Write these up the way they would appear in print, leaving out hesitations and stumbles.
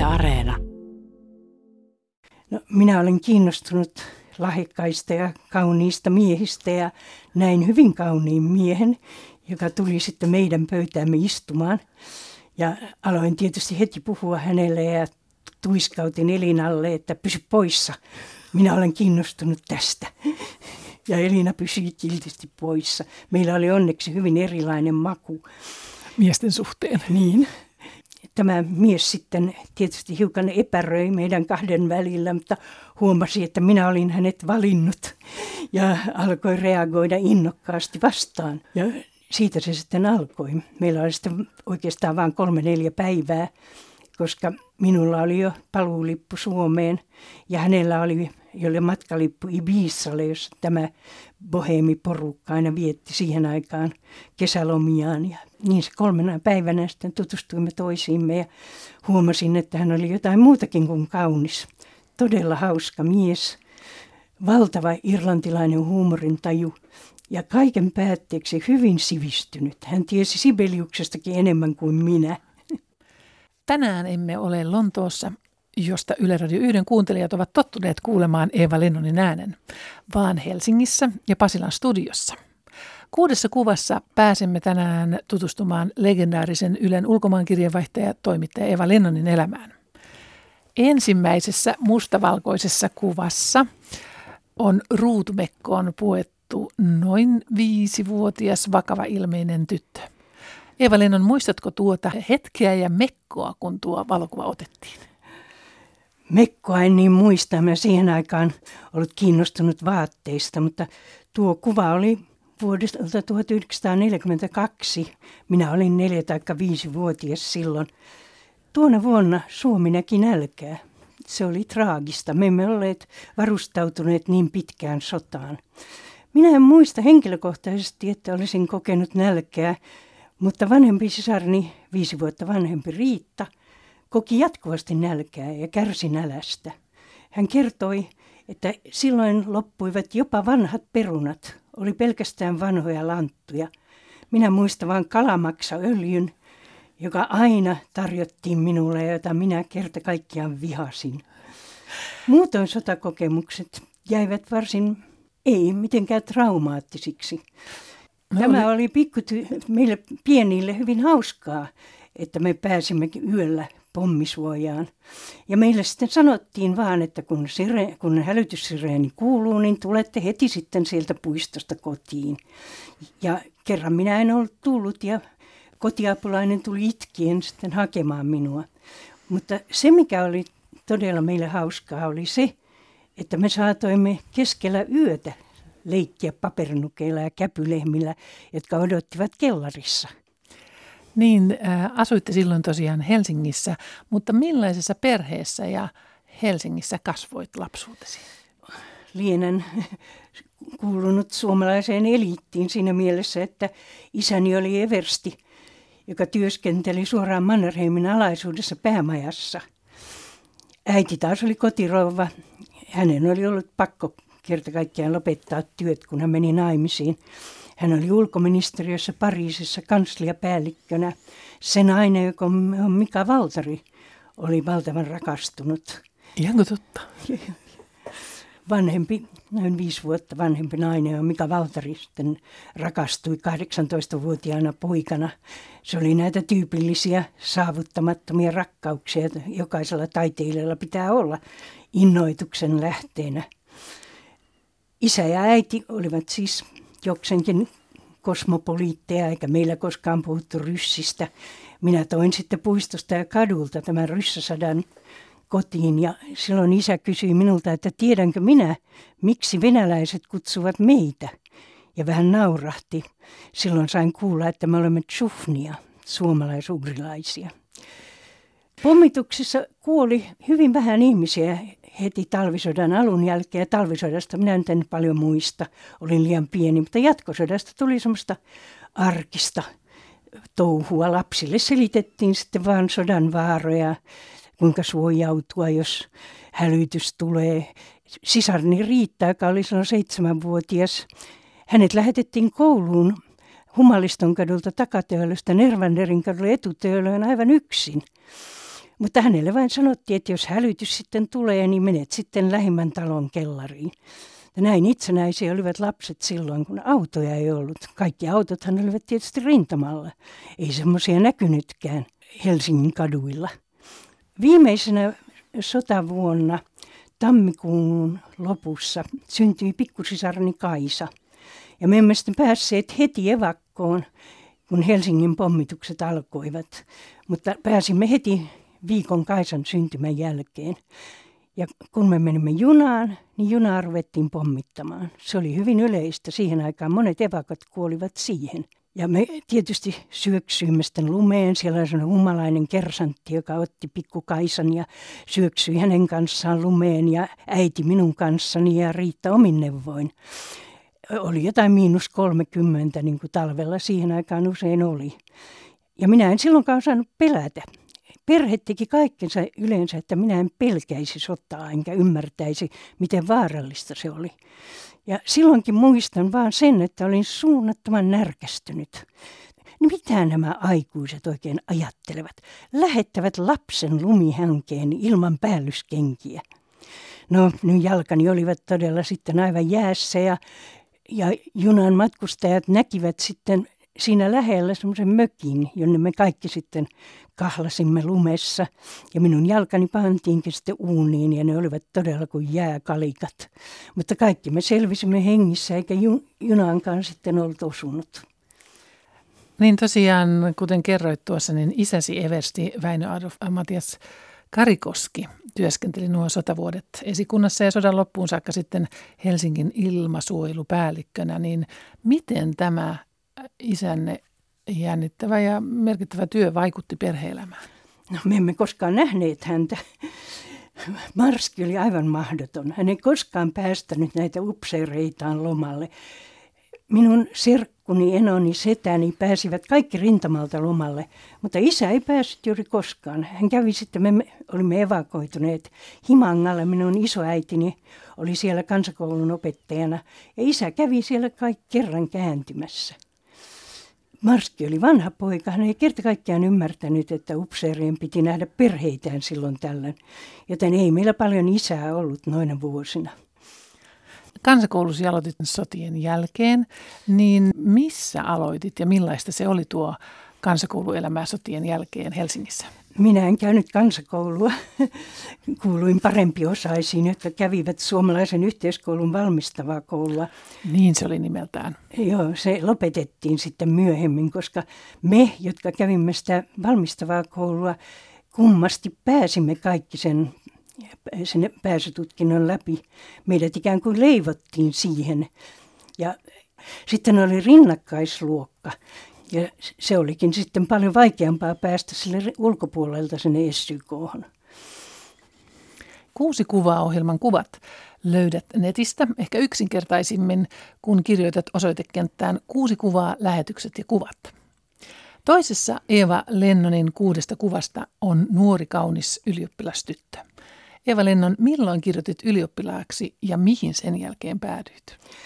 Areena. No, minä olen kiinnostunut lahjakkaista ja kauniista miehistä ja näin hyvin kauniin miehen, joka tuli sitten meidän pöytäämme istumaan. Ja aloin tietysti heti puhua hänelle ja tuiskautin Elinalle, että pysy poissa. Minä olen kiinnostunut tästä. Ja Elina pysyi kiltisti poissa. Meillä oli onneksi hyvin erilainen maku. Miesten suhteen. Niin. Tämä mies sitten tietysti hiukan epäröi meidän kahden välillä, mutta huomasi, että minä olin hänet valinnut ja alkoi reagoida innokkaasti vastaan. Ja siitä se sitten alkoi. Meillä oli sitten oikeastaan vain 3-4 päivää, koska minulla oli jo paluulippu Suomeen ja hänellä oli matkalippu Ibizalle, jossa tämä boheemiporukka aina vietti siihen aikaan kesälomiaan. Ja niin se 3 päivänä sitten tutustuimme toisiimme ja huomasin, että hän oli jotain muutakin kuin kaunis. Todella hauska mies, valtava irlantilainen huumorintaju ja kaiken päätteeksi hyvin sivistynyt. Hän tiesi Sibeliuksestakin enemmän kuin minä. Tänään emme ole Lontoossa, josta Yle Radio 1 kuuntelijat ovat tottuneet kuulemaan Eeva Lennonin äänen, vaan Helsingissä ja Pasilan studiossa. 6 kuvassa pääsemme tänään tutustumaan legendaarisen Ylen ulkomaankirjeenvaihtaja toimittaja Eeva Lennonin elämään. Ensimmäisessä mustavalkoisessa kuvassa on ruutumekkoon puettu noin 5-vuotias vakavailmeinen tyttö. Eeva Lennon, muistatko tuota hetkeä ja mekkoa, kun tuo valokuva otettiin? Mekkoa en niin muista. Mä siihen aikaan ollut kiinnostunut vaatteista, mutta tuo kuva oli vuodesta 1942. Minä olin 4- tai 5-vuotias silloin. Tuona vuonna Suomi näki nälkää. Se oli traagista. Me emme olleet varustautuneet niin pitkään sotaan. Minä en muista henkilökohtaisesti, että olisin kokenut nälkää, mutta vanhempi sisarni, 5 vuotta vanhempi Riitta, koki jatkuvasti nälkää ja kärsi nälästä. Hän kertoi, että silloin loppuivat jopa vanhat perunat. Oli pelkästään vanhoja lanttuja. Minä muistan vain kalamaksaöljyn, joka aina tarjottiin minulle ja jota minä kerta kaikkiaan vihasin. Muutoin sotakokemukset jäivät ei mitenkään traumaattisiksi. Tämä oli meille pienille hyvin hauskaa, että me pääsimme yöllä pommisuojaan. Ja meille sitten sanottiin vaan, että kun hälytyssireeni kuuluu, niin tulette heti sitten sieltä puistosta kotiin. Ja kerran minä en ollut tullut ja kotiapulainen tuli itkien sitten hakemaan minua. Mutta se, mikä oli todella meille hauskaa, oli se, että me saatoimme keskellä yötä leikkiä papernukeilla ja käpylehmillä, jotka odottivat kellarissa. Niin, asuitte silloin tosiaan Helsingissä, mutta millaisessa perheessä ja Helsingissä kasvoit lapsuutesi? Lienän kuulunut suomalaiseen eliittiin siinä mielessä, että isäni oli eversti, joka työskenteli suoraan Mannerheimin alaisuudessa päämajassa. Äiti taas oli kotirouva. Hänen oli ollut pakko kerta kaikkiaan lopettaa työt, kun hän meni naimisiin. Hän oli ulkoministeriössä Pariisissa kansliapäällikkönä. Se nainen, joka on Mika Valtari, oli valtavan rakastunut. Ihanko totta? Vanhempi, noin 5 vuotta vanhempi nainen on Mika Valtari, sitten rakastui 18-vuotiaana poikana. Se oli näitä tyypillisiä saavuttamattomia rakkauksia, että jokaisella taiteilijalla pitää olla innoituksen lähteenä. Isä ja äiti olivat siis jokseenkin kosmopoliitteja, eikä meillä koskaan puhuttu ryssistä. Minä toin sitten puistosta ja kadulta tämän ryssäsadan kotiin ja silloin isä kysyi minulta, että tiedänkö minä, miksi venäläiset kutsuvat meitä. Ja vähän naurahti. Silloin sain kuulla, että me olemme tsufnia, suomalaisugrilaisia. Pommituksissa kuoli hyvin vähän ihmisiä heti talvisodan alun jälkeen. Ja talvisodasta minä en paljon muista, olin liian pieni, mutta jatkosodasta tuli semmoista arkista touhua. Lapsille selitettiin sitten vaan sodan vaaroja, kuinka suojautua, jos hälytys tulee. Sisarni Riitta, joka oli silloin 7-vuotias, hänet lähetettiin kouluun Humaliston kadulta takatöölöstä Nervanderin kadulle etutöölöön aivan yksin. Mutta hänelle vain sanottiin, että jos hälytys sitten tulee, niin menet sitten lähimmän talon kellariin. Ja näin itsenäisiä olivat lapset silloin, kun autoja ei ollut. Kaikki autothan olivat tietysti rintamalla. Ei semmoisia näkynytkään Helsingin kaduilla. Viimeisenä sotavuonna tammikuun lopussa syntyi pikkusisarni Kaisa. Ja me emme sitten päässeet heti evakkoon, kun Helsingin pommitukset alkoivat. Mutta pääsimme heti viikon Kaisan syntymän jälkeen. Ja kun me menimme junaan, niin junaa ruvettiin pommittamaan. Se oli hyvin yleistä. Siihen aikaan monet evakot kuolivat siihen. Ja me tietysti syöksyimme sitten lumeen. Siellä oli sellainen humalainen kersantti, joka otti pikku Kaisan ja syöksyi hänen kanssaan lumeen. Ja äiti minun kanssani ja Riitta omin neuvoin. Oli jotain -30, niin kuin talvella siihen aikaan usein oli. Ja minä en silloinkaan osannut pelätä. Perhe teki kaikkensa yleensä, että minä en pelkäisi sotaa enkä ymmärtäisi, miten vaarallista se oli. Ja silloinkin muistan vaan sen, että olin suunnattoman närkästynyt. Mitä nämä aikuiset oikein ajattelevat? Lähettävät lapsen lumihänkeen ilman päällyskenkiä. No, nyt jalkani olivat todella sitten aivan jäässä ja junan matkustajat näkivät sitten siinä lähellä semmoisen mökin, jonne me kaikki sitten kahlasimme lumessa. Ja minun jalkani pantiinkin sitten uuniin ja ne olivat todella kuin jääkalikat. Mutta kaikki me selvisimme hengissä eikä junaankaan sitten ollut osunut. Niin tosiaan, kuten kerroit tuossa, niin isäsi eversti Väinö Adolf Matias Karikoski työskenteli nuo sotavuodet esikunnassa ja sodan loppuun saakka sitten Helsingin ilmasuojelupäällikkönä. Niin miten tämä isänne jännittävä ja merkittävä työ vaikutti perhe-elämään? No, me emme koskaan nähneet häntä. Marski oli aivan mahdoton. Hän ei koskaan päästänyt näitä upseereitaan lomalle. Minun serkkuni, enoni, setäni pääsivät kaikki rintamalta lomalle, mutta isä ei päässyt juuri koskaan. Hän kävi sitten, me olimme evakoituneet Himangalle, minun isoäitini oli siellä kansakoulun opettajana ja isä kävi siellä kaikki kerran kääntymässä. Marski oli vanha poika, hän ei kerta kaikkiaan ymmärtänyt, että upseerien piti nähdä perheitään silloin tällöin, joten ei meillä paljon isää ollut noina vuosina. Kansakoulusi aloitit sotien jälkeen, niin missä aloitit ja millaista se oli tuo kansakouluelämää sotien jälkeen Helsingissä? Minä en käynyt kansakoulua. Kuuluin parempiosaisiin, jotka kävivät suomalaisen yhteiskoulun valmistavaa koulua. Niin se oli nimeltään. Joo, se lopetettiin sitten myöhemmin, koska me, jotka kävimme sitä valmistavaa koulua, kummasti pääsimme kaikki sen pääsytutkinnon läpi. Meidät ikään kuin leivottiin siihen. Ja sitten oli rinnakkaisluokka. Ja se olikin sitten paljon vaikeampaa päästä sille ulkopuolelta sinne SYK:hon. 6 kuvaohjelman kuvat löydät netistä ehkä yksinkertaisimmin, kun kirjoitat osoitekenttään 6 kuvaa, lähetykset ja kuvat. Toisessa Eeva Lennonin 6 kuvasta on nuori kaunis ylioppilastyttö. Eeva Lennon, milloin kirjoitit ylioppilaaksi ja mihin sen jälkeen päädyit?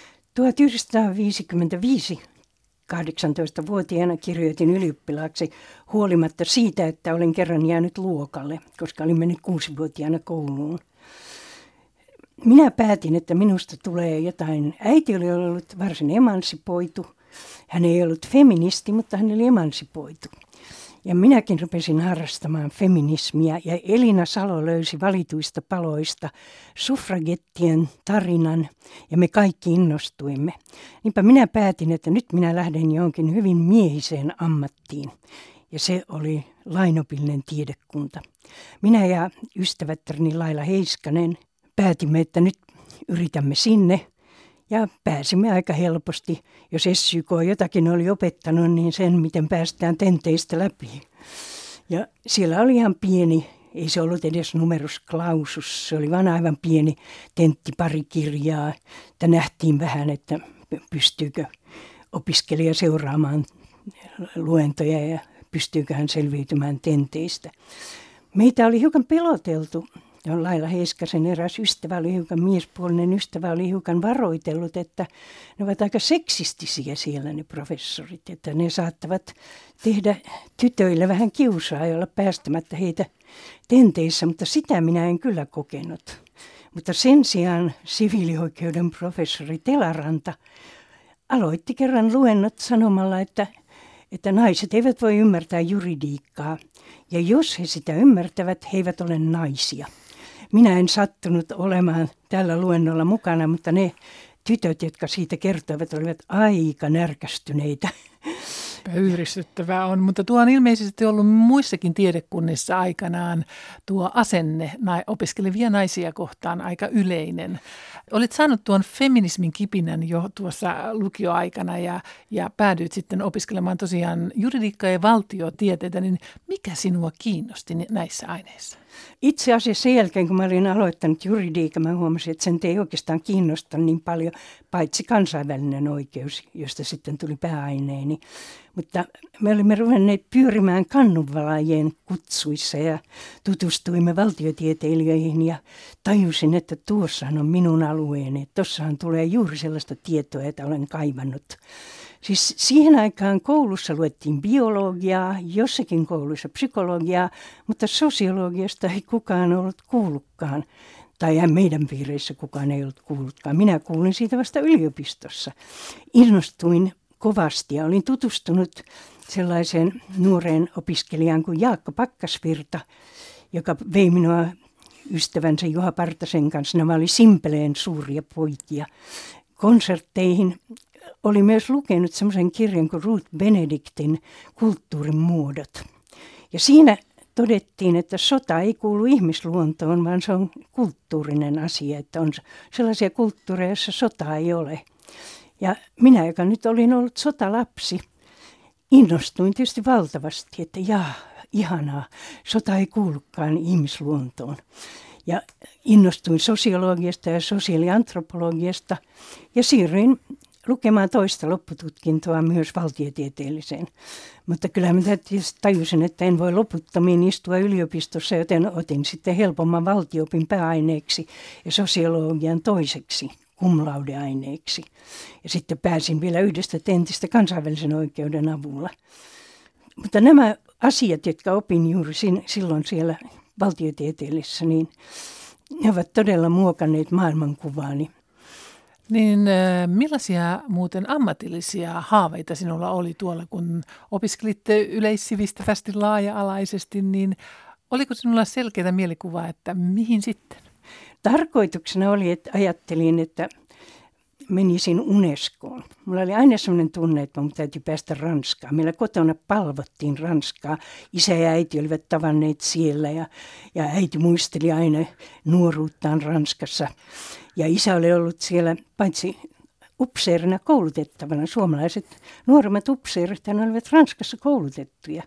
1955 18-vuotiaana kirjoitin ylioppilaaksi huolimatta siitä, että olin kerran jäänyt luokalle, koska olin mennyt 6-vuotiaana kouluun. Minä päätin, että minusta tulee jotain. Äiti oli ollut varsin emansipoitu. Hän ei ollut feministi, mutta hän oli emansipoitu. Ja minäkin rupesin harrastamaan feminismiä ja Elina Salo löysi valituista paloista suffragettien tarinan ja me kaikki innostuimme. Niinpä minä päätin, että nyt minä lähden johonkin hyvin miehiseen ammattiin ja se oli lainopillinen tiedekunta. Minä ja ystävättäreni Laila Heiskanen päätimme, että nyt yritämme sinne. Ja pääsimme aika helposti, jos SYK jotakin oli opettanut, niin sen, miten päästään tenteistä läpi. Ja siellä oli ihan pieni, ei se ollut edes numerus clausus, se oli vain aivan pieni tentti, pari kirjaa. Että nähtiin vähän, että pystyykö opiskelija seuraamaan luentoja ja pystyykö hän selviytymään tenteistä. Meitä oli hiukan peloteltu, Ja Laila Heiskasen eräs ystävä oli miespuolinen ystävä oli hiukan varoitellut, että ne ovat aika seksistisiä siellä ne professorit, että ne saattavat tehdä tytöille vähän kiusaa ja olla päästämättä heitä tenteissä, mutta sitä minä en kyllä kokenut. Mutta sen sijaan siviilioikeuden professori Telaranta aloitti kerran luennot sanomalla, että naiset eivät voi ymmärtää juridiikkaa ja jos he sitä ymmärtävät, he eivät ole naisia. Minä en sattunut olemaan tällä luennolla mukana, mutta ne tytöt, jotka siitä kertoivat, olivat aika närkästyneitä. Pöyristyttävää on, mutta tuo on ilmeisesti ollut muissakin tiedekunnissa aikanaan tuo asenne opiskelevia naisia kohtaan aika yleinen. Olit saanut tuon feminismin kipinän jo tuossa lukioaikana ja päädyit sitten opiskelemaan tosiaan juridiikkaa ja valtiotieteitä, niin mikä sinua kiinnosti näissä aineissa? Itse asiassa sen jälkeen, kun mä olin aloittanut juridiikan, mä huomasin, että sen ei oikeastaan kiinnosta niin paljon, paitsi kansainvälinen oikeus, josta sitten tuli pääaineeni. Mutta me olimme ruvenneet pyörimään kannunvalajien kutsuissa ja tutustuimme valtiotieteilijöihin ja tajusin, että tuossahan on minun alueeni. Tuossahan tulee juuri sellaista tietoa, jota olen kaivannut. Siis siihen aikaan koulussa luettiin biologiaa, jossakin koulussa psykologiaa, mutta sosiologiasta ei kukaan ollut kuullutkaan. Tai meidän piireissä kukaan ei ollut kuullutkaan. Minä kuulin siitä vasta yliopistossa. Innostuin kovasti ja olin tutustunut sellaiseen nuoreen opiskelijaan kuin Jaakko Pakkasvirta, joka vei minua ystävänsä Juha Partasen kanssa. Nämä oli simpeleen suuria poikia konsertteihin. Oli myös lukenut semmoisen kirjan kuin Ruth Benedictin Kulttuurin muodot. Ja siinä todettiin, että sota ei kuulu ihmisluontoon, vaan se on kulttuurinen asia, että on sellaisia kulttuureja, joissa sotaa ei ole. Ja minä, joka nyt olin ollut sotalapsi, innostuin tietysti valtavasti, että ihanaa, sota ei kuulukaan ihmisluontoon. Ja innostuin sosiologiasta ja sosiaaliantropologiasta ja siirryin lukemaan toista loppututkintoa myös valtiotieteelliseen. Mutta kyllä minä tajusin, että en voi loputtomiin istua yliopistossa, joten otin sitten helpomman valtio-opin pääaineeksi ja sosiologian toiseksi cum laude-aineeksi. Ja sitten pääsin vielä yhdestä tentistä kansainvälisen oikeuden avulla. Mutta nämä asiat, jotka opin juuri silloin siellä valtiotieteellisessä, niin ne ovat todella muokanneet maailmankuvaani. Niin millaisia muuten ammatillisia haaveita sinulla oli tuolla, kun opiskelitte yleissivistävästi laaja-alaisesti, niin oliko sinulla selkeää mielikuvaa, että mihin sitten? Tarkoituksena oli, että ajattelin, että menisin Unescoon. Mulla oli aina sellainen tunne, että minun täytyy päästä Ranskaan. Meillä kotona palvottiin Ranskaa. Isä ja äiti olivat tavanneet siellä ja äiti muisteli aina nuoruuttaan Ranskassa. Ja isä oli ollut siellä paitsi upseerina koulutettavana. Suomalaiset nuoremmat upseerit olivat Ranskassa koulutettuja.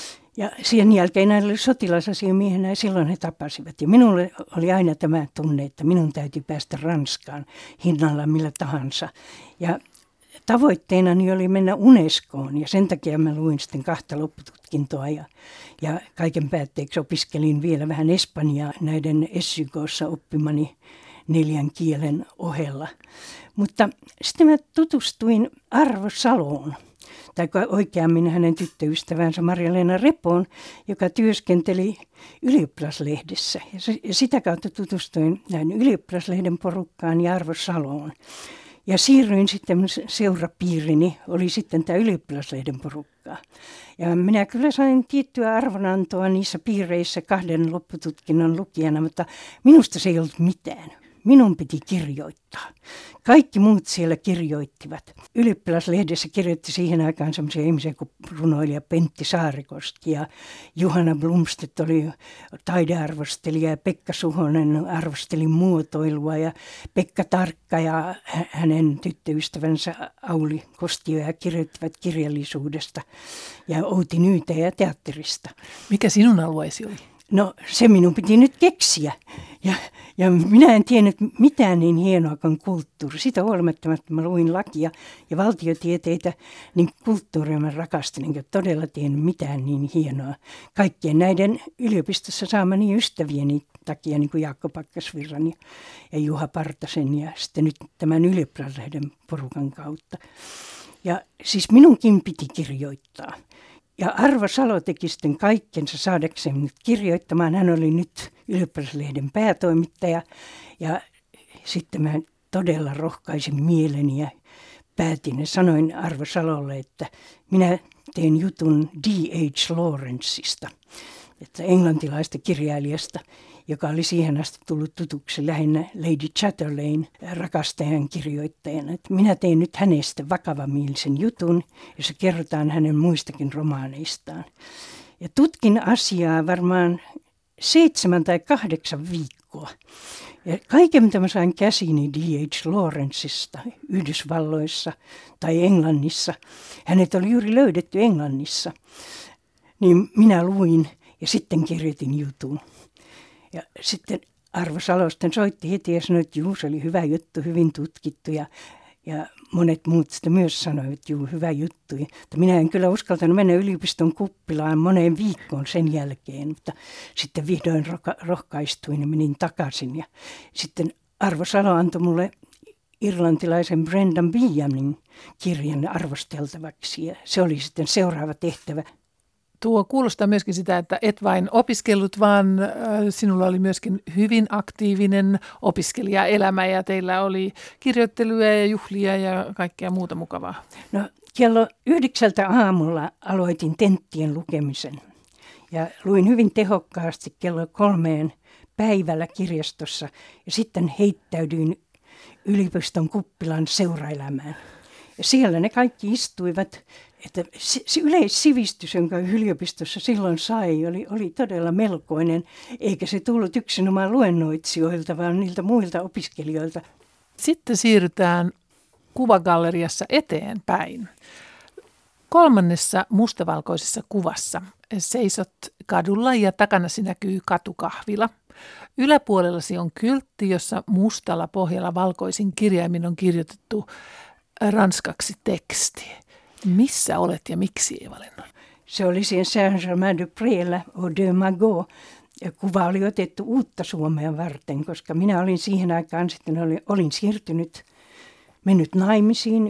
Ja sen jälkeen näillä oli sotilasasiamiehenä ja silloin he tapasivat. Ja minulle oli aina tämä tunne, että minun täytyy päästä Ranskaan hinnalla millä tahansa. Ja tavoitteenani oli mennä Unescoon ja sen takia mä luin sitten 2 loppututkintoa ja kaiken päätteeksi opiskelin vielä vähän espanjaa näiden SYK:ssa oppimani 4 kielen ohella. Mutta sitten mä tutustuin Arvo Saloon, tai oikeammin hänen tyttöystävänsä Marja-Leena Repoon, joka työskenteli Ylioppilaslehdessä. Ja sitä kautta tutustuin näin Ylioppilaslehden porukkaan ja Arvo Saloon. Ja siirryin sitten, seurapiirini oli sitten tämä Ylioppilaslehden porukkaa. Ja minä kyllä sain tiettyä arvonantoa niissä piireissä 2 loppututkinnon lukijana, mutta minusta se ei ollut mitään. Minun piti kirjoittaa. Kaikki muut siellä kirjoittivat. Ylioppilaslehdessä kirjoitti siihen aikaan sellaisia ihmisiä kuin runoilija Pentti Saarikoski ja Juhana Blomstedt oli taidearvostelija ja Pekka Suhonen arvosteli muotoilua ja Pekka Tarkka ja hänen tyttöystävänsä Auli Kostioja kirjoittivat kirjallisuudesta ja Outi Nyytä ja teatterista. Mikä sinun alueesi oli? No se minun piti nyt keksiä. Ja minä en tiennyt mitään niin hienoa kuin kulttuuri. Sitä huolimatta mä luin lakia ja valtiotieteitä, niin kulttuuria mä rakastin, enkä todella tiennyt mitään niin hienoa. Kaikkien näiden yliopistossa saamani ystävieni takia, niin kuin Jaakko Pakkasvirran ja Juha Partasen ja sitten nyt tämän Ylioppilaslehden porukan kautta. Ja siis minunkin piti kirjoittaa. Ja Arvo Salo teki sitten kaikkensa saadakseen minut kirjoittamaan. Hän oli nyt Ylioppilaslehden päätoimittaja ja sitten mä todella rohkaisin mieleni ja päätin ja sanoin Arvo Salolle, että minä teen jutun D.H. Lawrenceista, että englantilaista kirjailijasta, joka oli siihen asti tullut tutuksi lähinnä Lady Chatterleyn rakastajan kirjoittajana. Että minä tein nyt hänestä vakavamielisen jutun, jossa kerrotaan hänen muistakin romaaneistaan. Ja tutkin asiaa varmaan 7 tai 8 viikkoa. Ja kaiken, mitä mä sain käsiini D.H. Lawrencesta Yhdysvalloissa tai Englannissa, hänet oli juuri löydetty Englannissa, niin minä luin ja sitten kirjoitin jutun. Ja sitten Arvo Salo soitti heti ja sanoi, että juu, se oli hyvä juttu, hyvin tutkittu ja monet muut sitten myös sanoivat, että juu, hyvä juttu. Mutta minä en kyllä uskaltanut mennä yliopiston kuppilaan moneen viikkoon sen jälkeen, mutta sitten vihdoin rohkaistuin ja menin takaisin. Ja sitten Arvo Salo antoi mulle irlantilaisen Brendan Behamin kirjan arvosteltavaksi ja se oli sitten seuraava tehtävä. Tuo kuulostaa myöskin sitä, että et vain opiskellut, vaan sinulla oli myöskin hyvin aktiivinen opiskelijaelämä ja teillä oli kirjoitteluja ja juhlia ja kaikkea muuta mukavaa. No kello 9 aamulla aloitin tenttien lukemisen ja luin hyvin tehokkaasti kello 3 päivällä kirjastossa ja sitten heittäydyin yliopiston kuppilan seuraelämään. Ja siellä ne kaikki istuivat, että se yleissivistys, jonka yliopistossa silloin sai, oli todella melkoinen, eikä se tullut yksinomaan luennoitsijoilta, vaan niiltä muilta opiskelijoilta. Sitten siirrytään kuvagalleriassa eteenpäin. 3. mustavalkoisessa kuvassa seisot kadulla ja takanasi näkyy katukahvila. Yläpuolellasi on kyltti, jossa mustalla pohjalla valkoisin kirjaimin on kirjoitettu ranskaksi teksti. Missä olet ja miksi, Eeva-Lennon? Se oli siinä Saint-Germain-du-Préllä, au de Magot. Kuva oli otettu uutta Suomea varten, koska minä olin siihen aikaan sitten olin mennyt naimisiin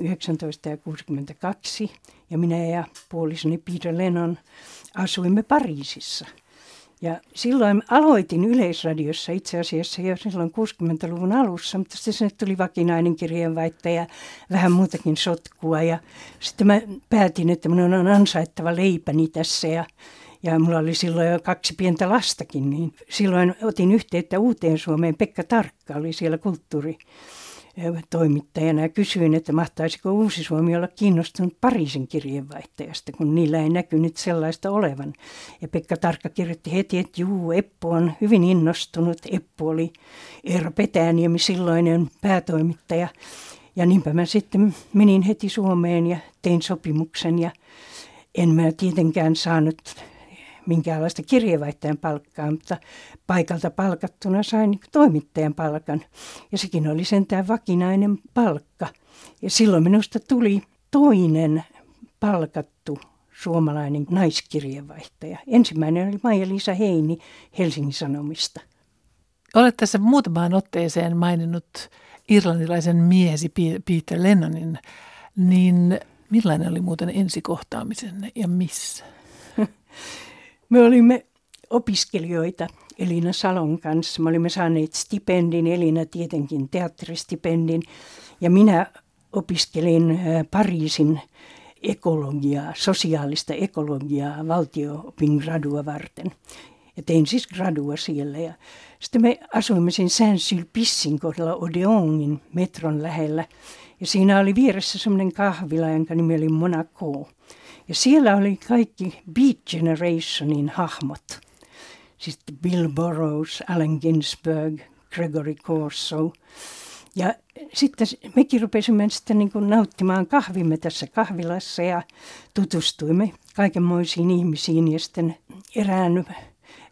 1962 ja minä ja puolisoni Peter Lennon asuimme Pariisissa. Ja silloin aloitin Yleisradiossa itse asiassa jo silloin 60-luvun alussa, mutta sitten sinne tuli vakinainen kirjeenvaihtaja ja vähän muutakin sotkua. Ja sitten mä päätin, että minun on ansaittava leipäni tässä ja mulla oli silloin jo 2 pientä lastakin. Niin silloin otin yhteyttä Uuteen Suomeen. Pekka Tarkka oli siellä kulttuuritoimittajana ja kysyin, että mahtaisiko Uusi Suomi olla kiinnostunut Pariisin kirjeenvaihtajasta, kun niillä ei näkynyt sellaista olevan. Ja Pekka Tarkka kirjoitti heti, että juu, Eppu on hyvin innostunut. Eppu oli Eero Petäniemi, silloinen päätoimittaja. Ja niinpä mä sitten menin heti Suomeen ja tein sopimuksen ja en mä tietenkään saanut minkäänlaista kirjeenvaihtajan palkkaa, mutta paikalta palkattuna sain toimittajan palkan. Ja sekin oli sentään vakinainen palkka. Ja silloin minusta tuli toinen palkattu suomalainen naiskirjeenvaihtaja. Ensimmäinen oli Maija-Liisa Heini Helsingin Sanomista. Olet tässä muutamaan otteeseen maininnut irlantilaisen miesi Peter Lennonin, niin millainen oli muuten ensikohtaamisenne ja missä? Me olimme opiskelijoita Elina Salon kanssa. Me olimme saaneet stipendin, Elina tietenkin teatteristipendin. Ja minä opiskelin Pariisin ekologiaa, sosiaalista ekologiaa valtio-opin gradua varten. Ja tein siis gradua siellä. Ja sitten me asuimme siinä Saint-Sulpicen kohdalla Odeonin metron lähellä. Ja siinä oli vieressä semmoinen kahvila, jonka nimi oli Monaco. Ja siellä oli kaikki Beat Generationin hahmot. Sitten Bill Burroughs, Allen Ginsberg, Gregory Corso. Ja sitten mekin rupesimme sitten niin kuin nauttimaan kahvimme tässä kahvilassa ja tutustuimme kaikenmoisiin ihmisiin. Ja sitten erään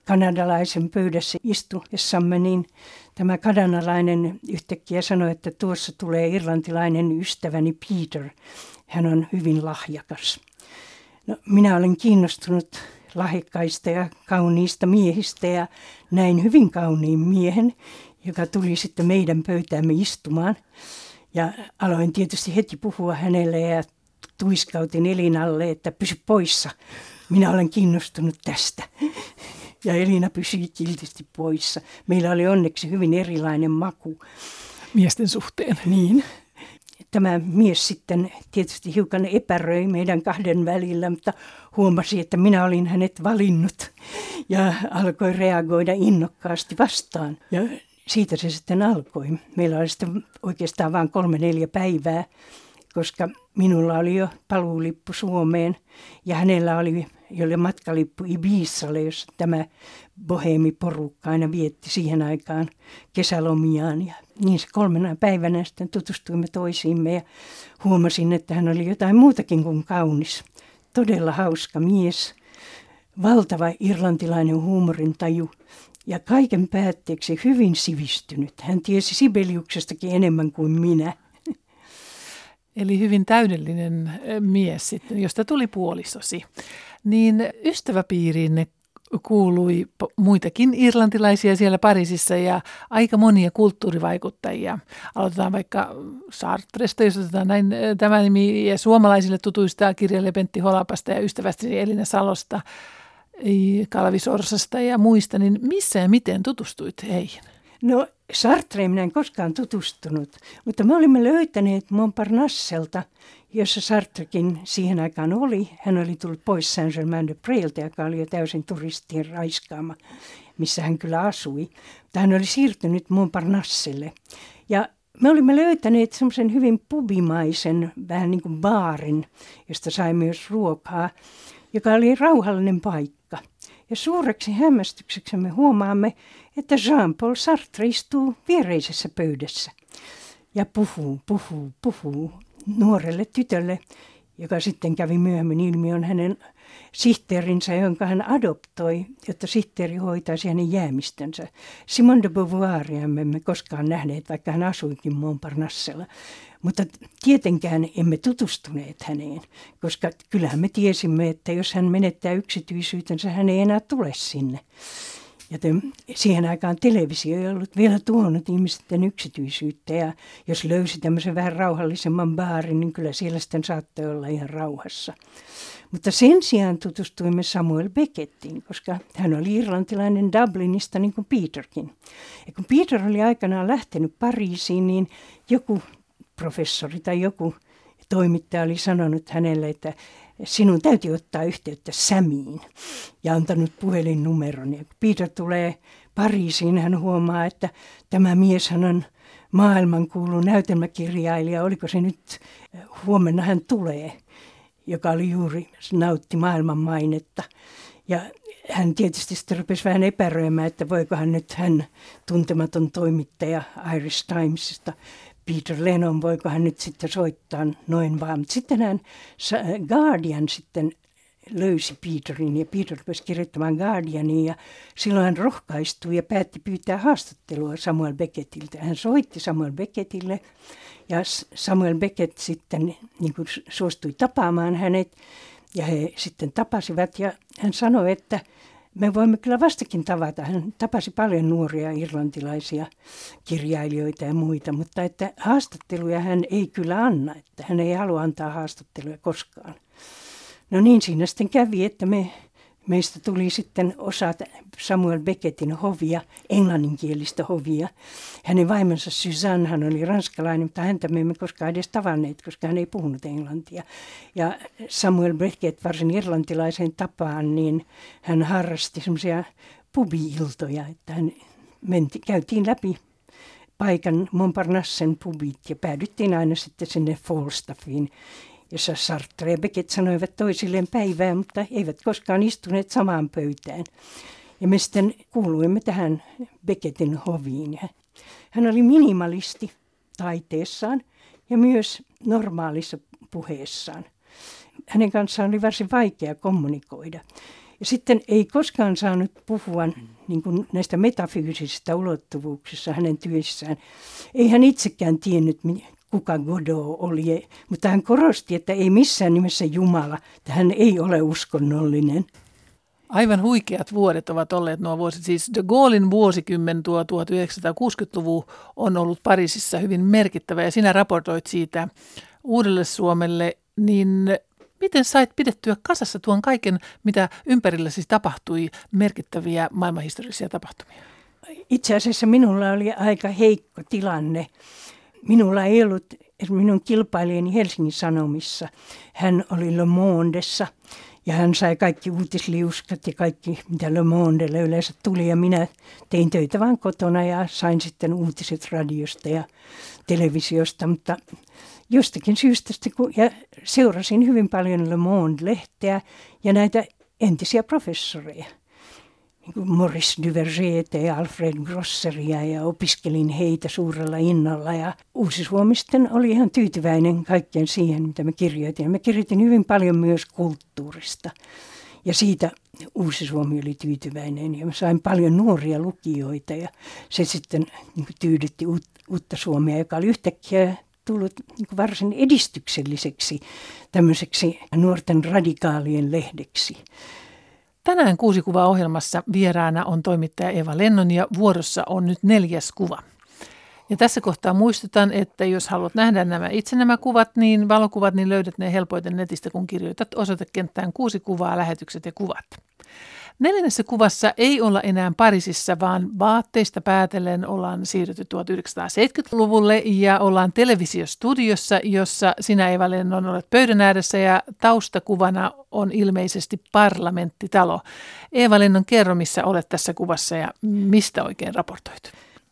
kanadalaisen pöydässä istuessamme, niin tämä kanadalainen yhtäkkiä sanoi, että tuossa tulee irlantilainen ystäväni Peter. Hän on hyvin lahjakas. No, minä olen kiinnostunut lahjakkaista ja kauniista miehistä ja näin hyvin kauniin miehen, joka tuli sitten meidän pöytäämme istumaan. Ja aloin tietysti heti puhua hänelle ja tuiskautin Elinalle, että pysy poissa. Minä olen kiinnostunut tästä. Ja Elina pysyi kiltisti poissa. Meillä oli onneksi hyvin erilainen maku. Miesten suhteen. Niin. Tämä mies sitten tietysti hiukan epäröi meidän kahden välillä, mutta huomasi, että minä olin hänet valinnut ja alkoi reagoida innokkaasti vastaan. Ja siitä se sitten alkoi. Meillä oli sitten oikeastaan vain 3-4 päivää, koska minulla oli jo paluulippu Suomeen ja hänellä oli jolle matkalippu Ibizalle, jossa tämä boheemiporukka aina vietti siihen aikaan kesälomiaan. Ja niin se 3 päivänä sitten tutustuimme toisiimme ja huomasin, että hän oli jotain muutakin kuin kaunis. Todella hauska mies, valtava irlantilainen huumorintaju ja kaiken päätteeksi hyvin sivistynyt. Hän tiesi Sibeliuksestakin enemmän kuin minä. Eli hyvin täydellinen mies sitten, josta tuli puolisosi. Niin ystäväpiiriinne kuului muitakin irlantilaisia siellä Pariisissa ja aika monia kulttuurivaikuttajia. Aloitetaan vaikka Sartresta, jos otetaan näin tämä nimi, ja suomalaisille tutuista kirjailija Pentti Holapasta ja ystävästäni Elina Salosta, Kalvi Sorsasta ja muista. Niin missä ja miten tutustuit heihin? No Sartreen minä en koskaan tutustunut, mutta me olimme löytäneet Montparnasselta, jossa Sartrekin siihen aikaan oli. Hän oli tullut pois Saint-Germain-de-Preiltä, joka oli jo täysin turistien raiskaama, missä hän kyllä asui. Mutta hän oli siirtynyt Montparnasselle. Ja me olimme löytäneet semmoisen hyvin pubimaisen, vähän niin kuin baarin, josta sai myös ruokaa, joka oli rauhallinen paikka. Ja suureksi hämmästykseksemme huomaamme, että Jean-Paul Sartre istuu viereisessä pöydässä ja puhuu nuorelle tytölle, joka sitten kävi myöhemmin ilmi, on hänen sihteerinsä, jonka hän adoptoi, jotta sihteeri hoitaisi hänen jäämistönsä. Simone de Beauvoiria emme koskaan nähneet, vaikka hän asuikin Montparnassella. Mutta tietenkään emme tutustuneet häneen, koska kyllähän me tiesimme, että jos hän menettää yksityisyytensä, hän ei enää tule sinne. Joten siihen aikaan televisio ei ollut vielä tuonut ihmisten yksityisyyttä ja jos löysi tämmöisen vähän rauhallisemman baarin, niin kyllä siellä sitten saattoi olla ihan rauhassa. Mutta sen sijaan tutustuimme Samuel Beckettiin, koska hän oli irlantilainen Dublinista niin kuin Peterkin. Ja kun Peter oli aikanaan lähtenyt Pariisiin, niin joku professori tai joku toimittaja oli sanonut hänelle, että sinun täytyy ottaa yhteyttä Samiin ja antanut puhelinnumeron. Ja kun Peter tulee Pariisiin, hän huomaa, että tämä mieshän on maailmankuulu näytelmäkirjailija. Oliko se nyt huomenna hän tulee, joka oli juuri nautti maailman mainetta. Ja hän tietysti sitten rupesi vähän epäröimään, että voikohan nyt hän tuntematon toimittaja Irish Timesista Peter Lennon, voiko hän nyt sitten soittaa noin vaan. Mutta sitten hän Guardian sitten löysi Peterin ja Peter rupesi kirjoittamaan Guardianiin ja silloin hän rohkaistui ja päätti pyytää haastattelua Samuel Becketiltä. Hän soitti Samuel Becketille ja Samuel Beckett sitten niin kuin suostui tapaamaan hänet ja he sitten tapasivat ja hän sanoi, että me voimme kyllä vastakin tavata. Hän tapasi paljon nuoria irlantilaisia kirjailijoita ja muita, mutta että haastatteluja hän ei kyllä anna, että hän ei halua antaa haastatteluja koskaan. No niin, siinä sitten kävi, että meistä tuli sitten osa Samuel Beckettin hovia, englanninkielistä hovia. Hänen vaimonsa Suzanne, hän oli ranskalainen, mutta häntä me emme koskaan edes tavanneet, koska hän ei puhunut englantia. Ja Samuel Beckett varsin irlantilaisen tapaan, niin hän harrasti semmoisia pubi-iltoja, että käytiin läpi paikan Montparnassen pubit ja päädyttiin aina sitten sinne Falstaffiin, jossa Sartre ja Beckett sanoivat toisilleen päivää, mutta eivät koskaan istuneet samaan pöytään. Ja me sitten kuuluimme tähän Beckettin hoviin. Hän oli minimalisti taiteessaan ja myös normaalissa puheessaan. Hänen kanssaan oli varsin vaikea kommunikoida. Ja sitten ei koskaan saanut puhua niin kuin näistä metafyysisistä ulottuvuuksista hänen työssään. Ei hän itsekään tiennyt, kuka Godot oli, mutta hän korosti, että ei missään nimessä Jumala, että hän ei ole uskonnollinen. Aivan huikeat vuodet ovat olleet nuo vuosit. Siis de Gaullen vuosikymmen, tuo 1960-luvun, on ollut Pariisissa hyvin merkittävä ja sinä raportoit siitä Uudelle Suomelle, niin miten sait pidettyä kasassa tuon kaiken, mitä ympärilläsi tapahtui, merkittäviä maailmanhistoriallisia tapahtumia? Itse asiassa minulla oli aika heikko tilanne. Minulla ei ollut minun kilpailijani Helsingin Sanomissa. Hän oli Le Mondessa ja hän sai kaikki uutisliuskat ja kaikki, mitä Le Mondelle yleensä tuli. Ja minä tein töitä vain kotona ja sain sitten uutiset radiosta ja televisiosta, mutta jostakin syystä ja seurasin hyvin paljon Le Monde-lehteä ja näitä entisiä professoreja, niin kuin Maurice Duvergeta ja Alfred Grosseria, ja opiskelin heitä suurella innolla. Ja Uusi-Suomi sitten oli ihan tyytyväinen kaikkeen siihen, mitä me kirjoitin. Me kirjoitin hyvin paljon myös kulttuurista ja siitä Uusi-Suomi oli tyytyväinen ja mä sain paljon nuoria lukijoita ja se sitten niin kuin tyydytti uutta Suomea, joka oli yhtäkkiä tullut niin kuin varsin edistykselliseksi tämmöiseksi nuorten radikaalien lehdeksi. Tänään 6 kuvaa -ohjelmassa vieraana on toimittaja Eeva Lennon ja vuorossa on nyt 4. kuva. Ja tässä kohtaa muistutan, että jos haluat nähdä nämä kuvat, niin valokuvat, niin löydät ne helpoiten netistä, kun kirjoitat osoitekenttään 6 kuvaa, lähetykset ja kuvat. 4. kuvassa ei olla enää Pariisissa, vaan vaatteista päätellen ollaan siirrytty 1970-luvulle ja ollaan televisiostudiossa, jossa sinä, Eeva Lennon, olet pöydän ääressä ja taustakuvana on ilmeisesti parlamenttitalo. Eeva Lennon, kerro, missä olet tässä kuvassa ja mistä oikein raportoit?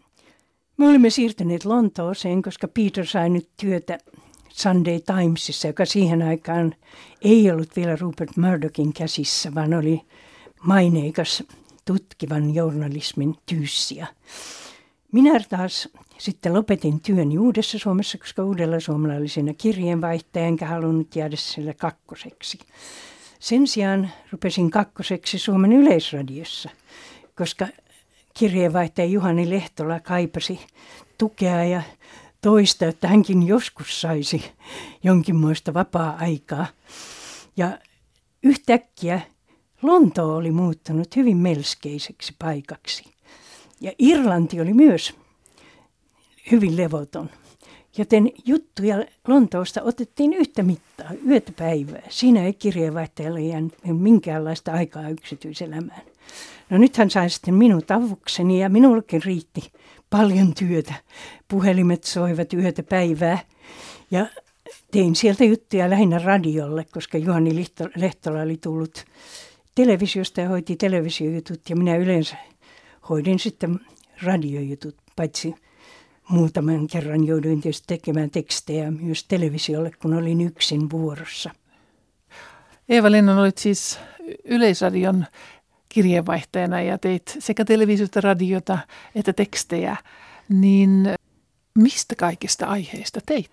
Me olimme siirtyneet Lontooseen, koska Peter sai nyt työtä Sunday Timesissa, joka siihen aikaan ei ollut vielä Rupert Murdochin käsissä, vaan oli maineikas tutkivan journalismin tyyssiä. Minä taas sitten lopetin työni Uudessa Suomessa, koska Uudella Suomella oli siinä kirjeenvaihtaja, enkä halunnut jäädä sille kakkoseksi. Sen sijaan rupesin kakkoseksi Suomen Yleisradiossa, koska kirjeenvaihtaja Juhani Lehtola kaipasi tukea ja toista, että hänkin joskus saisi jonkinmoista vapaa-aikaa. Ja yhtäkkiä Lontoo oli muuttunut hyvin melskeiseksi paikaksi. Ja Irlanti oli myös hyvin levoton. Joten juttuja Lontoosta otettiin yhtä mittaa, yötä päivää. Siinä ei kirjeenvaihtajalla jäänyt minkäänlaista aikaa yksityiselämään. No nythän sain sitten minut avukseni ja minullekin riitti paljon työtä. Puhelimet soivat yötä päivää ja tein sieltä juttuja lähinnä radiolle, koska Juhani Lehtola oli tullut televisiosta ja hoiti televisiojutut ja minä yleensä hoidin sitten radiojutut, paitsi muutaman kerran jouduin tietysti tekemään tekstejä myös televisiolle, kun olin yksin vuorossa. Eeva Lennon, olit siis Yleisradion kirjeenvaihtajana ja teit sekä televisiota, radiota että tekstejä, niin mistä kaikista aiheista teit?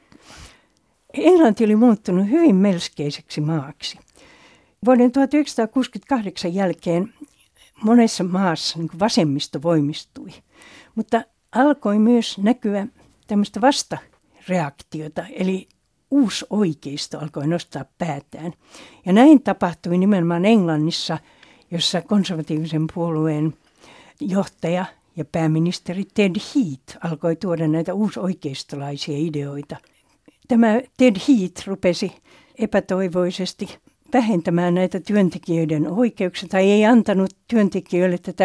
Englanti oli muuttunut hyvin melskeiseksi maaksi. Vuoden 1968 jälkeen monessa maassa niin kuin vasemmisto voimistui, mutta alkoi myös näkyä tämmöistä vastareaktiota, eli uusoikeisto alkoi nostaa päätään. Ja näin tapahtui nimenomaan Englannissa, jossa konservatiivisen puolueen johtaja ja pääministeri Ted Heath alkoi tuoda näitä uusoikeistolaisia ideoita. Tämä Ted Heath rupesi epätoivoisesti vähentämään näitä työntekijöiden oikeuksia tai ei antanut työntekijöille tätä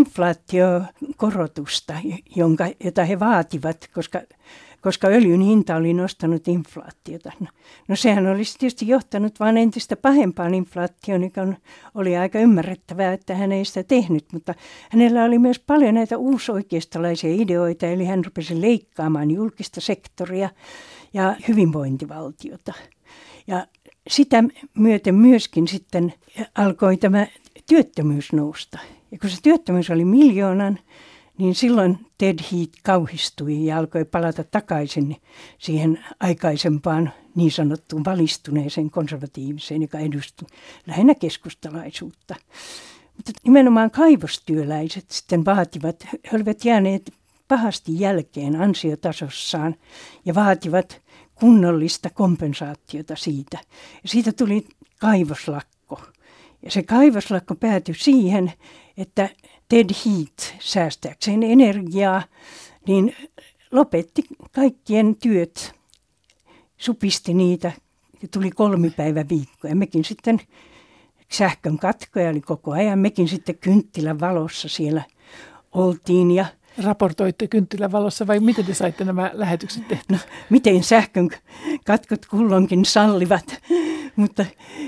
inflaatiokorotusta, jota he vaativat, koska öljyn hinta oli nostanut inflaatiota. No sehän olisi tietysti johtanut vain entistä pahempaan inflaatioon, joka oli aika ymmärrettävää, että hän ei sitä tehnyt, mutta hänellä oli myös paljon näitä uusoikeistolaisia ideoita, eli hän rupesi leikkaamaan julkista sektoria ja hyvinvointivaltiota. Ja sitä myöten myöskin sitten alkoi tämä työttömyys nousta. Ja kun se työttömyys oli 1 miljoonan, niin silloin Ted Heath kauhistui ja alkoi palata takaisin siihen aikaisempaan niin sanottuun valistuneeseen konservatiiviseen, joka edustui lähinnä keskustalaisuutta. Mutta nimenomaan kaivostyöläiset sitten vaativat, he olivat jääneet pahasti jälkeen ansiotasossaan ja vaativat kunnollista kompensaatiota siitä. Ja siitä tuli kaivoslakko. Ja se kaivoslakko päätyi siihen, että Ted Heath säästääkseen energiaa, niin lopetti kaikkien työt, supisti niitä ja tuli 3 päiväviikkoa. Ja mekin sitten sähkön katkoja oli koko ajan, mekin sitten kynttilän valossa siellä oltiin ja raportoitte kynttilän valossa vai miten te saitte nämä lähetykset tehtyä? No, miten sähkön katkot kulloinkin sallivat, mutta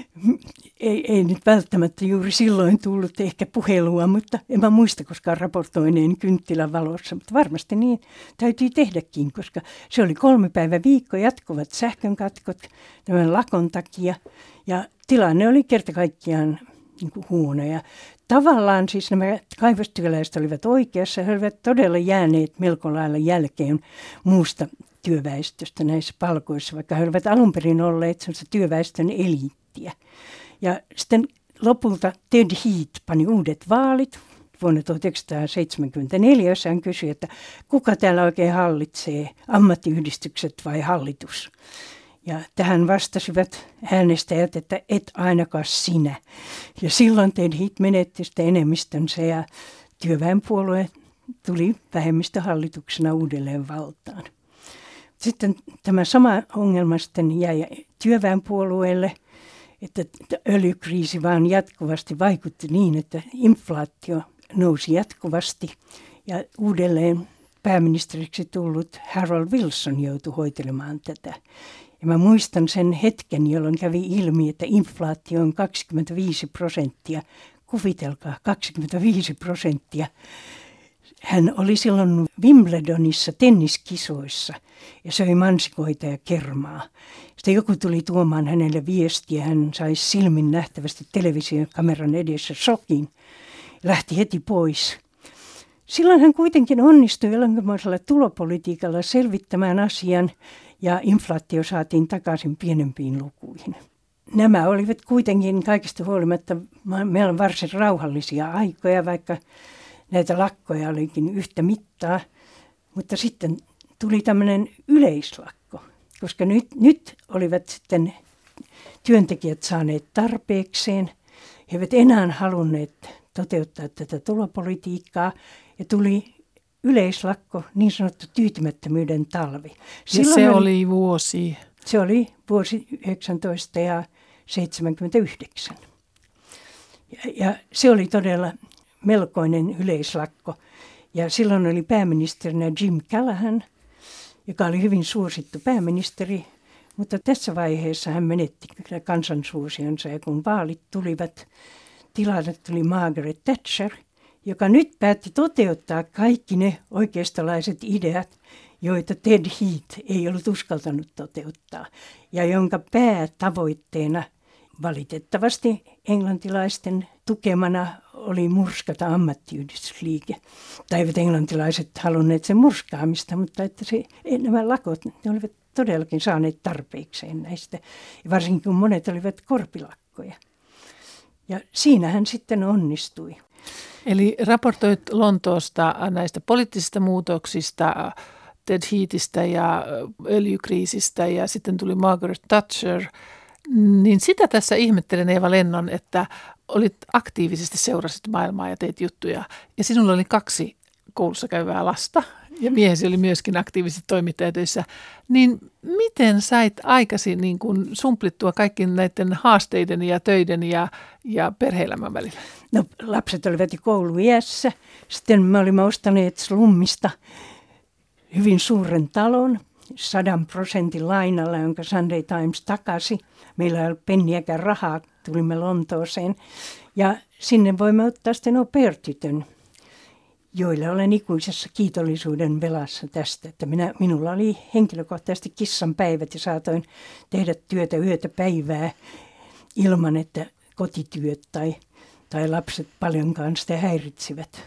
ei nyt välttämättä juuri silloin tullut ehkä puhelua, mutta en mä muista koskaan raportoineen kynttilän valossa, mutta varmasti niin täytyy tehdäkin, koska se oli 3 päiväviikko jatkuvat sähkön katkot tämän lakon takia ja tilanne oli kerta kaikkiaan niin kuin huono. Ja tavallaan siis nämä kaivostyöläiset olivat oikeassa, he olivat todella jääneet melko lailla jälkeen muusta työväestöstä näissä palkoissa, vaikka he olivat alun perin olleet sellaista työväestön eliittiä. Ja sitten lopulta Ted Heath pani uudet vaalit vuonna 1974, jossa hän kysyi, että kuka täällä oikein hallitsee, ammattiyhdistykset vai hallitus? Ja tähän vastasivat äänestäjät, että et ainakaan sinä. Ja silloin Ted Heath menetti sitten enemmistönsä ja työväenpuolue tuli vähemmistöhallituksena uudelleen valtaan. Sitten tämä sama ongelma sitten jäi työväenpuolueelle, että öljykriisi vaan jatkuvasti vaikutti niin, että inflaatio nousi jatkuvasti ja uudelleen pääministeriksi tullut Harold Wilson joutui hoitelemaan tätä. Ja mä muistan sen hetken, jolloin kävi ilmi, että inflaatio on 25%. Kuvitelkaa, 25%. Hän oli silloin Wimbledonissa tenniskisoissa ja söi mansikoita ja kermaa. Sitten joku tuli tuomaan hänelle viestiä, hän sai silmin nähtävästi televisiokameran edessä shokin ja lähti heti pois. Silloin hän kuitenkin onnistui jonkinlaisella tulopolitiikalla selvittämään asian ja inflaatio saatiin takaisin pienempiin lukuihin. Nämä olivat kuitenkin kaikista huolimatta meillä on varsin rauhallisia aikoja, vaikka näitä lakkoja olikin yhtä mittaa, mutta sitten tuli tämmöinen yleislakko, koska nyt olivat sitten työntekijät saaneet tarpeekseen. He eivät enää halunneet toteuttaa tätä tulopolitiikkaa ja tuli yleislakko, niin sanottu tyytymättömyyden talvi. Se oli vuosi? Se oli vuosi 1979. Ja se oli todella melkoinen yleislakko. Ja silloin oli pääministerinä Jim Callaghan, joka oli hyvin suosittu pääministeri, mutta tässä vaiheessa hän menetti kyllä kansansuosionsa ja kun vaalit tulivat, tilalle tuli Margaret Thatcher, joka nyt päätti toteuttaa kaikki ne oikeistolaiset ideat, joita Ted Heath ei ollut uskaltanut toteuttaa ja jonka päätavoitteena valitettavasti englantilaisten tukemana oli murskata ammattiyhdistysliike. Tai eivät englantilaiset halunneet sen murskaamista, mutta että nämä lakot ne olivat todellakin saaneet tarpeikseen näistä. Ja varsinkin kun monet olivat korpilakkoja. Ja siinä hän sitten onnistui. Eli raportoit Lontoosta näistä poliittisista muutoksista, Ted Heathistä ja öljykriisistä ja sitten tuli Margaret Thatcher. Niin sitä tässä ihmettelen, Eeva Lennon, että olit aktiivisesti seurasit maailmaa ja teit juttuja. Ja sinulla oli 2 koulussa käyvää lasta ja miehesi oli myöskin aktiivisesti toimittajatöissä. Niin miten sait aikasi niin kuin sumplittua kaikki näiden haasteiden ja töiden ja perhe-elämän välillä? No lapset olivat jo kouluiässä. Sitten me olimme ostaneet slummista hyvin suuren talon 100% lainalla, jonka Sunday Times takasi. Meillä ei ollut penniäkään rahaa, tulimme Lontooseen. Ja sinne voimme ottaa sitten au pair-tytön, joille olen ikuisessa kiitollisuuden velassa tästä. Että minulla oli henkilökohtaisesti kissan päivät ja saatoin tehdä työtä yötä päivää ilman, että kotityöt tai lapset paljonkaan sitä häiritsivät.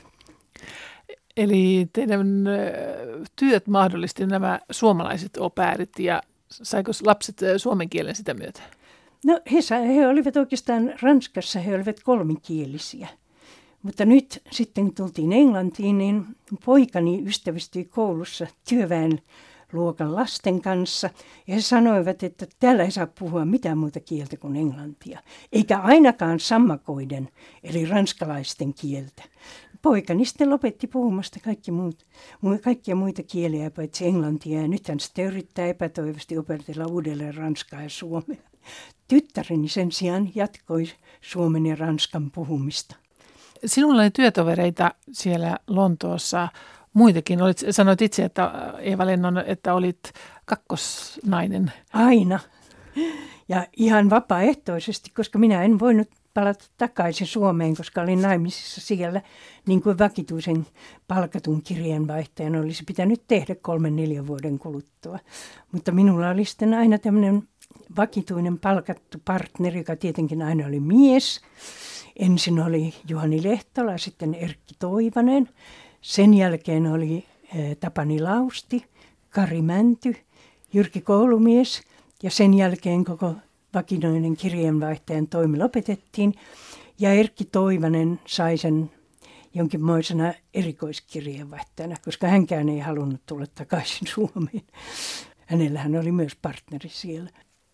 Eli teidän työt mahdollisti nämä suomalaiset au pairit ja Saiko lapset suomen kielen sitä myötä? No he olivat oikeastaan Ranskassa, he olivat kolmikielisiä. Mutta nyt sitten kun tultiin Englantiin, niin poikani ystävystyi koulussa työväenluokan lasten kanssa. Ja he sanoivat, että täällä ei saa puhua mitään muuta kieltä kuin englantia. Eikä ainakaan sammakoiden, eli ranskalaisten kieltä. Poikani sitten lopetti puhumasta kaikkia muita kieliä paitsi englantia. Ja nyt hän sitten yrittää epätoivosti opetella uudelleen ranskaa ja suomea. Tyttäreni sen sijaan jatkoi suomen ja ranskan puhumista. Sinulla oli työtovereita siellä Lontoossa muitakin. Sanoit itse, että Eeva-Lennon, että olit kakkosnainen. Aina. Ja ihan vapaaehtoisesti, koska minä en voinut palata takaisin Suomeen, koska olin naimisissa siellä, niin kuin vakituisen palkatun kirjeenvaihtajan olisi pitänyt tehdä 3-4 vuoden kuluttua. Mutta minulla oli sitten aina tämmöinen vakituinen palkattu partneri, joka tietenkin aina oli mies. Ensin oli Juhani Lehtola, sitten Erkki Toivanen. Sen jälkeen oli Tapani Lausti, Kari Mänty, Jyrki Koulumies ja sen jälkeen koko vakinoinen kirjeenvaihtajan toimi lopetettiin. Ja Erkki Toivanen sai sen jonkinmoisena erikoiskirjeenvaihtajana, koska hänkään ei halunnut tulla takaisin Suomeen. Hänellähän oli myös partneri siellä.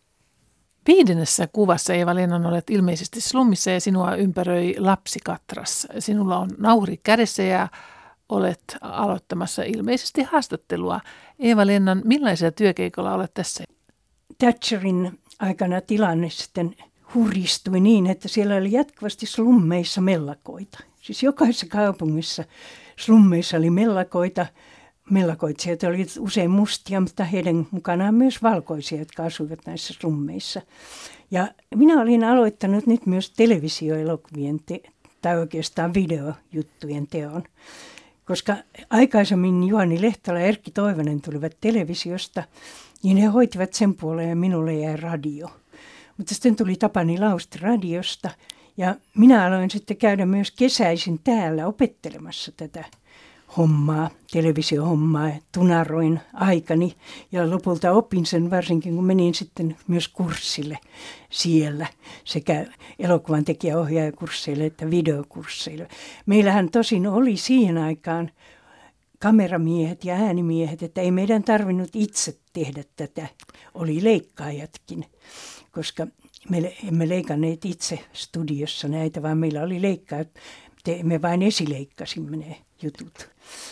5. kuvassa, Eeva-Lennon, olet ilmeisesti slummissa ja sinua ympäröi lapsikatras. Sinulla on nauhuri kädessä ja olet aloittamassa ilmeisesti haastattelua. Eeva-Lennon, millaisella työkeikolla olet tässä? Thatcherin aikana tilanne sitten hurjistui niin, että siellä oli jatkuvasti slummeissa mellakoita. Siis jokaisessa kaupungissa slummeissa oli mellakoita. Mellakoitsijat olivat usein mustia, mutta heidän mukanaan myös valkoisia, jotka asuivat näissä slummeissa. Ja minä olin aloittanut nyt myös televisioelokuvien tai oikeastaan videojuttujen teon. Koska aikaisemmin Juhani Lehtola ja Erkki Toivonen tulivat televisiosta, niin he hoitivat sen puoleen ja minulle jäi radio. Mutta sitten tuli Tapani Lausti radiosta ja minä aloin sitten käydä myös kesäisin täällä opettelemassa tätä hommaa, televisiohommaa, tunaroin aikani ja lopulta opin sen varsinkin, kun menin sitten myös kurssille siellä, sekä elokuvan tekijäohjaajakursseille että videokursseille. Meillähän tosin oli siihen aikaan kameramiehet ja äänimiehet, että ei meidän tarvinnut itse tehdä tätä, oli leikkaajatkin, koska me emme leikanneet itse studiossa näitä, vaan meillä oli leikkaajat, me vain esileikkasimme ne jutut.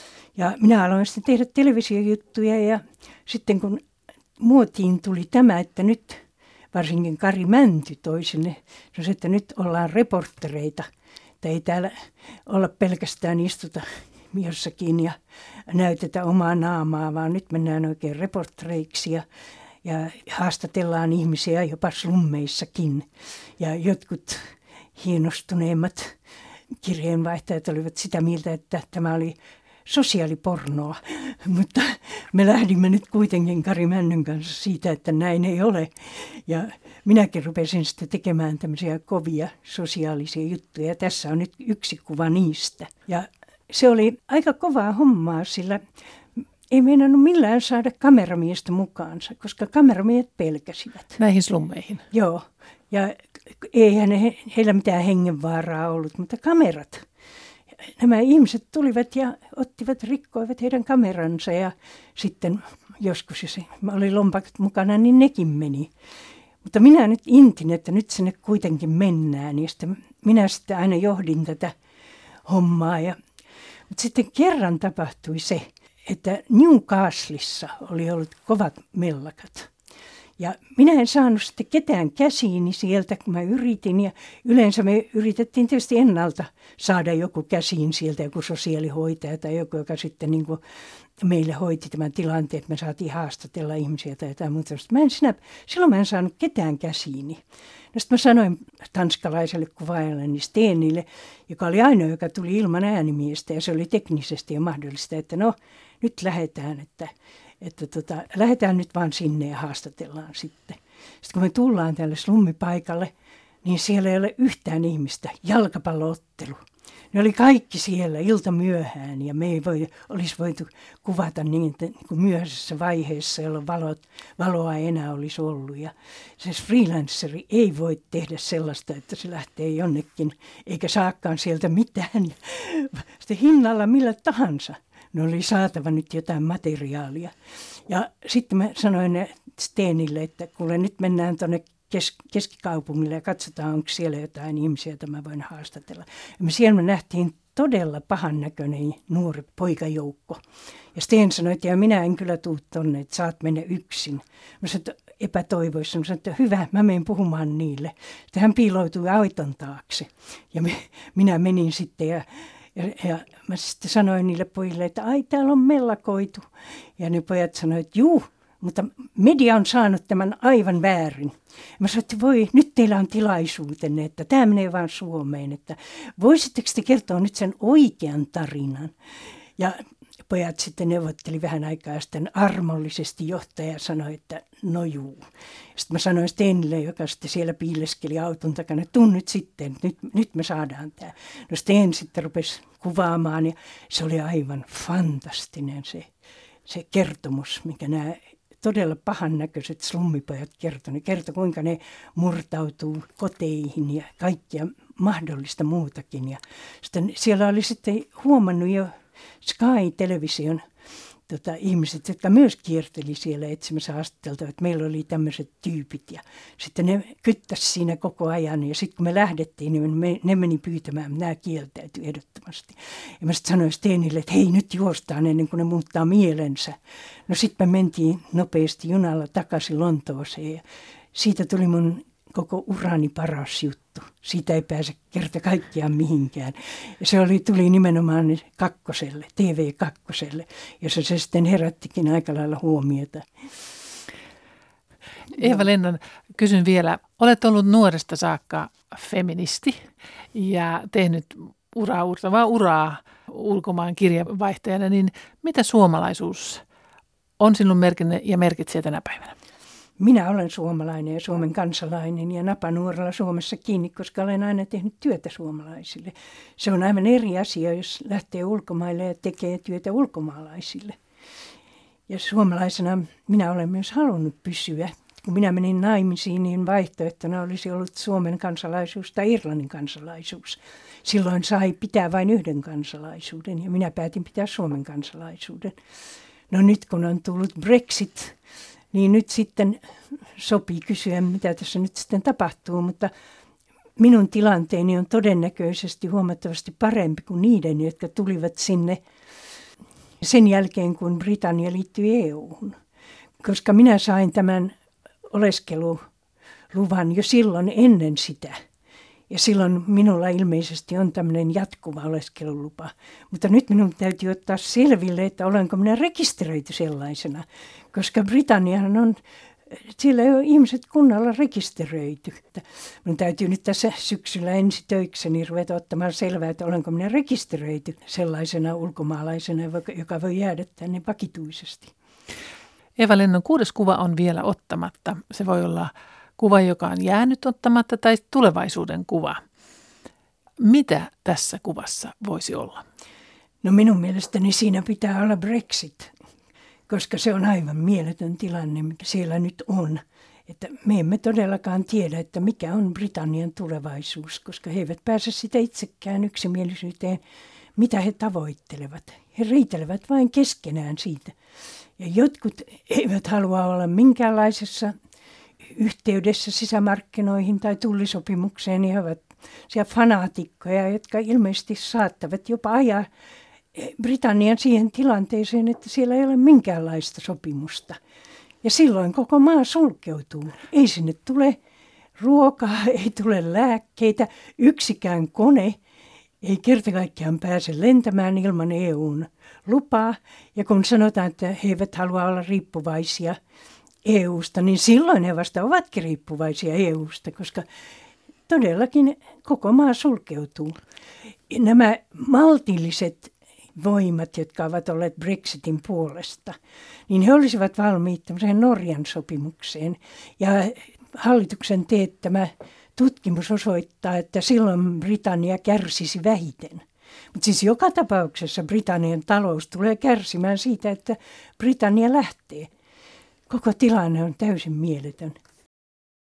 Ja minä aloin sitten tehdä televisiojuttuja ja sitten kun muotiin tuli tämä, että nyt varsinkin Kari Mänty toi sinne, että nyt ollaan reporttereita, että ei täällä olla pelkästään istuta jossakin ja näytetä omaa naamaa, vaan nyt mennään oikein reporttereiksi ja haastatellaan ihmisiä jopa slummeissakin. Ja jotkut hienostuneemmat kirjeenvaihtajat olivat sitä mieltä, että tämä oli sosiaalipornoa, mutta me lähdimme nyt kuitenkin Kari Männyn kanssa siitä, että näin ei ole. Ja minäkin rupesin sitten tekemään tämmöisiä kovia sosiaalisia juttuja ja tässä on nyt yksi kuva niistä. Ja se oli aika kovaa hommaa, sillä ei meinannut millään saada kameramiestä mukaansa, koska kameramiehet pelkäsivät. Näihin slummeihin? Joo, ja eihän heillä mitään hengenvaaraa ollut, mutta kamerat. Nämä ihmiset tulivat ja rikkoivat heidän kameransa ja sitten joskus, jos oli lompakot mukana, niin nekin meni. Mutta minä nyt intin, että nyt sinne kuitenkin mennään ja sitten minä sitten aina johdin tätä hommaa. Mutta sitten kerran tapahtui se, että Newcastleissa oli ollut kovat mellakat. Ja minä en saanut sitten ketään käsiini sieltä, kun mä yritin. Ja yleensä me yritettiin tietysti ennalta saada joku käsiin sieltä, joku sosiaalihoitaja tai joku, joka sitten niin kuin meille hoiti tämän tilanteen, että me saatiin haastatella ihmisiä tai jotain muuta. Silloin mä en saanut ketään käsiini. No sitten mä sanoin tanskalaiselle kuvaajalle Stenille, joka oli ainoa, joka tuli ilman äänimiestä ja se oli teknisesti jo mahdollista, että no nyt lähdetään, että lähdetään nyt vaan sinne ja haastatellaan sitten. Sitten kun me tullaan tälle slummipaikalle, niin siellä ei ole yhtään ihmistä. Jalkapalloottelu. Ne oli kaikki siellä ilta myöhään ja me ei olisi voitu kuvata niin, että niin myöhäisessä vaiheessa, jolloin valoa ei enää olisi ollut. Ja se freelanceri ei voi tehdä sellaista, että se lähtee jonnekin eikä saakaan sieltä mitään. Sitten hinnalla millä tahansa. Ne oli saatava nyt jotain materiaalia. Ja sitten mä sanoin Stenille, että kuule nyt mennään tuonne keskikaupungille ja katsotaan, onko siellä jotain ihmisiä, joita mä voin haastatella. Ja siellä me nähtiin todella pahan näköinen nuori poikajoukko. Ja Sten sanoi, että minä en kyllä tule tonne, että saat mennä yksin. Mä sanoin, että epätoivoissa. Mä sanoin, että hyvä, mä menen puhumaan niille. Sitten hän piiloutui auton taakse ja minä menin sitten ja mä sitten sanoin niille pojille, että ai täällä on mellakoitu. Ja ne pojat sanoivat, että juu, mutta media on saanut tämän aivan väärin. Mä sanoin, että voi, nyt teillä on tilaisuutenne, että tämä menee vaan Suomeen, että voisitteko te kertoa nyt sen oikean tarinan? Ja pojat sitten neuvotteli vähän aikaa ja sitten armollisesti johtaja sanoi, että no juu. Sitten mä sanoin Stenille, joka sitten siellä piileskeli auton takana, että tuu nyt sitten, nyt me saadaan tämä. No Sten sitten rupesi kuvaamaan ja se oli aivan fantastinen se kertomus, mikä nämä todella pahan näköiset slummipojat kertoi kuinka ne murtautuu koteihin ja kaikkia mahdollista muutakin. Ja sitten siellä oli sitten huomannut jo Sky-television ihmiset, jotka myös kierteli siellä etsimässä haastateltavaa, että meillä oli tämmöiset tyypit ja sitten ne kyttäsi siinä koko ajan ja sitten kun me lähdettiin, niin ne meni pyytämään, mutta nämä kieltäytyi ehdottomasti. Ja mä sitten sanoin Stenille, että hei nyt juostaan ennen kuin ne muuttaa mielensä. No sitten me mentiin nopeasti junalla takaisin Lontooseen ja siitä tuli mun koko urani paras juttu. Siitä ei pääse kerta kaikkiaan mihinkään. Ja se tuli nimenomaan TV2, jossa se sitten herättikin aika lailla huomiota. Eeva-Lennon, kysyn vielä. Olet ollut nuoresta saakka feministi ja tehnyt uraa ulkomaan kirjavaihtajana, niin mitä suomalaisuus on sinun merkinnyt ja merkitsee tänä päivänä? Minä olen suomalainen ja Suomen kansalainen ja napanuoralla Suomessa kiinni, koska olen aina tehnyt työtä suomalaisille. Se on aivan eri asia, jos lähtee ulkomaille ja tekee työtä ulkomaalaisille. Ja suomalaisena minä olen myös halunnut pysyä. Kun minä menin naimisiin, niin vaihtoehtona olisi ollut Suomen kansalaisuus tai Irlannin kansalaisuus. Silloin sai pitää vain yhden kansalaisuuden ja minä päätin pitää Suomen kansalaisuuden. No nyt kun on tullut Brexit, niin nyt sitten sopii kysyä, mitä tässä nyt sitten tapahtuu, mutta minun tilanteeni on todennäköisesti huomattavasti parempi kuin niiden, jotka tulivat sinne sen jälkeen, kun Britannia liittyi EU:hun. Koska minä sain tämän oleskeluluvan jo silloin ennen sitä. Ja silloin minulla ilmeisesti on tämmöinen jatkuva oleskelulupa. Mutta nyt minun täytyy ottaa selville, että olenko minä rekisteröity sellaisena. Koska Britanniahan on, siellä ei ole ihmiset kunnolla rekisteröity. Minun täytyy nyt tässä syksyllä ensi töikseni ruveta ottamaan selvää, että olenko minä rekisteröity sellaisena ulkomaalaisena, joka voi jäädä tänne vakituisesti. Eeva-Lennon 6. kuva on vielä ottamatta. Se voi olla kuva, joka on jäänyt ottamatta, tai tulevaisuuden kuva. Mitä tässä kuvassa voisi olla? No minun mielestäni siinä pitää olla Brexit, koska se on aivan mieletön tilanne, mikä siellä nyt on. Että me emme todellakaan tiedä, että mikä on Britannian tulevaisuus, koska he eivät pääse sitä itsekään yksimielisyyteen, mitä he tavoittelevat. He riitelevät vain keskenään siitä. Ja jotkut eivät halua olla minkäänlaisessa yhteydessä sisämarkkinoihin tai tullisopimukseen, niin he ovat siellä fanaatikkoja, jotka ilmeisesti saattavat jopa ajaa Britannian siihen tilanteeseen, että siellä ei ole minkäänlaista sopimusta. Ja silloin koko maa sulkeutuu. Ei sinne tule ruokaa, ei tule lääkkeitä, yksikään kone ei kerta kaikkiaan pääse lentämään ilman EUn lupaa. Ja kun sanotaan, että he eivät halua olla riippuvaisia EUsta, niin silloin he vasta ovatkin riippuvaisia EUsta, koska todellakin koko maa sulkeutuu. Nämä maltilliset voimat, jotka ovat olleet Brexitin puolesta, niin he olisivat valmiit tämmöiseen Norjan sopimukseen. Ja hallituksen teettämä tutkimus osoittaa, että silloin Britannia kärsisi vähiten. Mutta siis joka tapauksessa Britannian talous tulee kärsimään siitä, että Britannia lähtee. Koko tilanne on täysin mieletön.